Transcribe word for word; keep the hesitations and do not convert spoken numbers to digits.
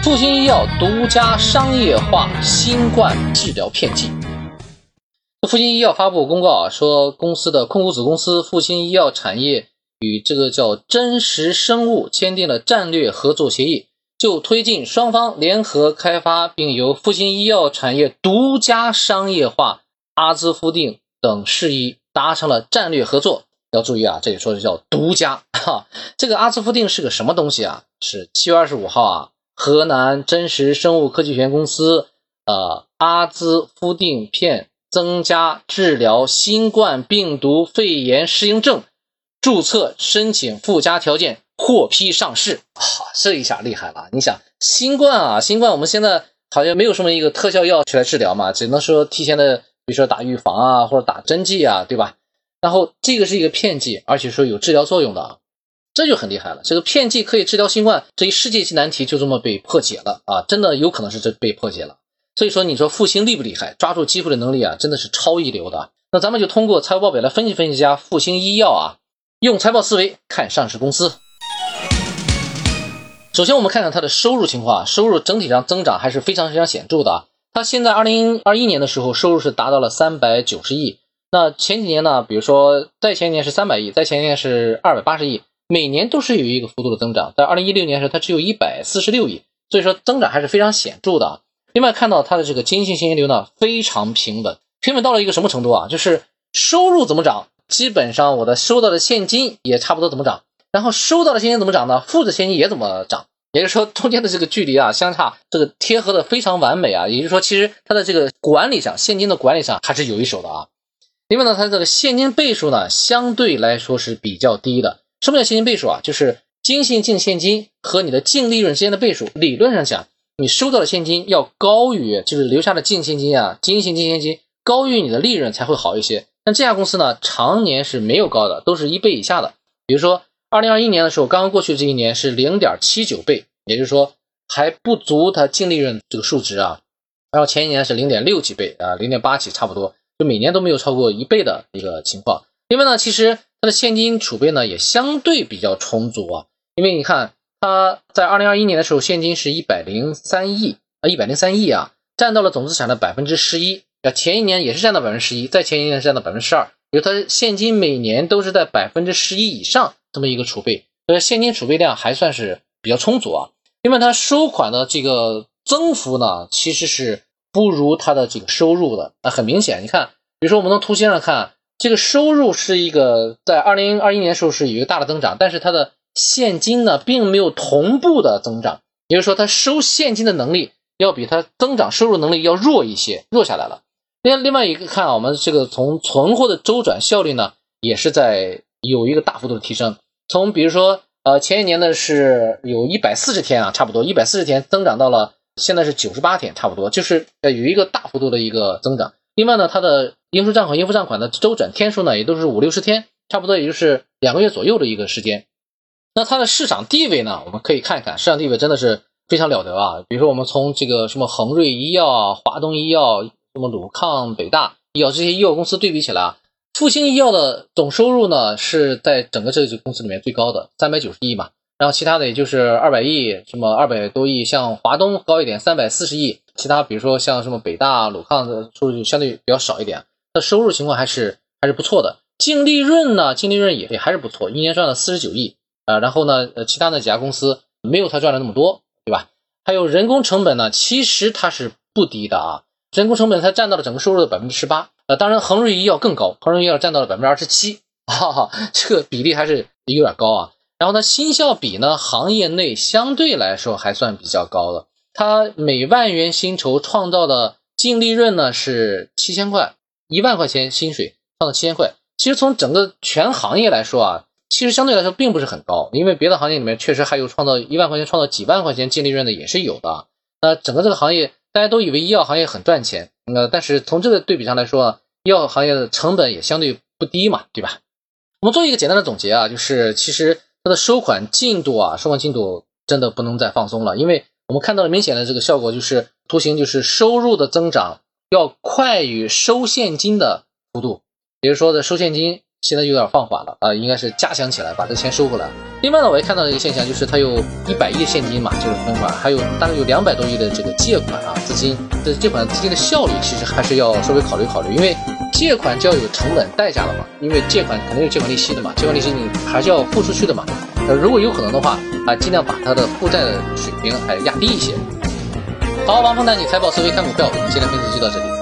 复星医药独家商业化新冠治疗骗剂。复星医药发布公告啊，说公司的控股子公司复星医药产业与这个叫真实生物签订了战略合作协议，就推进双方联合开发并由复星医药产业独家商业化阿兹夫定等事宜达成了战略合作。要注意啊，这里说的叫独家哈。这个阿兹夫定是个什么东西啊？是七月二十五号啊，河南真实生物科技有限公司呃阿兹夫定片增加治疗新冠病毒肺炎适应症注册申请附加条件获批上市啊，这一下厉害了。你想新冠啊，新冠我们现在好像没有什么一个特效药去来治疗嘛，只能说提前的，比如说打预防啊，或者打针剂啊，对吧？然后这个是一个骗剂，而且说有治疗作用的啊，这就很厉害了。这个骗剂可以治疗新冠，这一世界级难题就这么被破解了啊！真的有可能是这被破解了。所以说你说复星厉不厉害？抓住机会的能力啊，真的是超一流的。那咱们就通过财务报表来分析分析一下复星医药啊，用财报思维看上市公司。首先我们看看它的收入情况啊，收入整体上增长还是非常非常显著的啊。它现在二零二一年的时候收入是达到了三百九十亿。那前几年呢，比如说在前一年是三百亿，在前一年是二百八十亿，每年都是有一个幅度的增长。在二零一六年时它只有一百四十六亿，所以说增长还是非常显著的。另外看到它的这个经营性现金流呢非常平稳，平稳到了一个什么程度啊？就是收入怎么涨，基本上我的收到的现金也差不多怎么涨，然后收到的现金怎么涨呢？付的现金也怎么涨。也就是说中间的这个距离啊相差这个贴合的非常完美啊，也就是说其实它的这个管理上现金的管理上还是有一手的啊。另外呢，它这个现金倍数呢相对来说是比较低的。什么叫现金倍数啊？就是经营净现金和你的净利润之间的倍数。理论上讲，你收到的现金要高于，就是留下的净现金啊，经营性净现金高于你的利润才会好一些。但这家公司呢常年是没有高的，都是一倍以下的。比如说二零二一年的时候，刚刚过去这一年是 零点七九倍，也就是说还不足它净利润这个数值啊。然后前一年是 零点六几倍啊 ，零点八几差不多，就每年都没有超过一倍的一个情况。另外呢，其实它的现金储备呢也相对比较充足啊，因为你看它在二零二一年的时候现金是一百零三亿啊，一百零三亿啊，占到了总资产的 百分之十一， 前一年也是占到 百分之十一， 在前一年是占到 百分之十二， 也就是它现金每年都是在 百分之十一 以上这么一个储备，所以现金储备量还算是比较充足啊。因为它收款的这个增幅呢其实是不如它的这个收入的啊，很明显。你看比如说我们从图形上看，这个收入是一个在二零二一年的时候是有一个大的增长，但是它的现金呢并没有同步的增长，也就是说它收现金的能力要比它增长收入能力要弱一些，弱下来了。另外一个看啊，我们这个从存货的周转效率呢也是在有一个大幅度的提升，从比如说呃前一年呢是有一百四十天啊，差不多一百四十天增长到了现在是九十八天，差不多就是有一个大幅度的一个增长。另外呢，它的应收账款、应付账款的周转天数呢也都是五六十天，差不多也就是两个月左右的一个时间。那它的市场地位呢，我们可以看一看，市场地位真的是非常了得啊。比如说我们从这个什么恒瑞医药啊、华东医药、什么鲁抗、北大医药这些医药公司对比起来啊，复星医药的总收入呢是在整个这个公司里面最高的三百九十亿嘛，然后其他的也就是二百亿，什么二百多亿，像华东高一点三百四十亿，其他比如说像什么北大、鲁抗的收入就相对比较少一点，它收入情况还是还是不错的。净利润呢，净利润也也还是不错，一年赚了四十九亿啊、呃。然后呢，呃，其他的几家公司没有它赚了那么多，对吧？还有人工成本呢，其实它是不低的啊，人工成本它占到了整个收入的 百分之十八， 呃，当然恒瑞医药更高，恒瑞医药占到了 百分之二十七， 哈哈，这个比例还是有点高啊。然后它新效比呢，行业内相对来说还算比较高的，它每万元薪酬创造的净利润呢是七千块，一万块钱薪水创造七千块。其实从整个全行业来说啊，其实相对来说并不是很高，因为别的行业里面确实还有创造一万块钱创造几万块钱净利润的也是有的。那整个这个行业大家都以为医药行业很赚钱，呃，但是从这个对比上来说，医药行业的成本也相对不低嘛，对吧？我们做一个简单的总结啊，就是其实它的收款进度啊，收款进度真的不能再放松了，因为我们看到了明显的这个效果，就是图形就是收入的增长要快于收现金的幅度，也就是说的收现金现在有点放缓了啊、呃，应该是加强起来，把这钱收回来。另外呢，我也看到一个现象，就是它有一百亿的现金嘛，就是存款，还有大概有两百多亿的这个借款啊，资金。这借款资金的效率其实还是要稍微考虑考虑，因为借款就要有成本代价了嘛，因为借款肯定有借款利息的嘛，借款利息你还是要付出去的嘛。呃，如果有可能的话啊，尽量把它的负债的水平还压低一些。好，王峰带你财宝思维看股票，我们今天分析就到这里。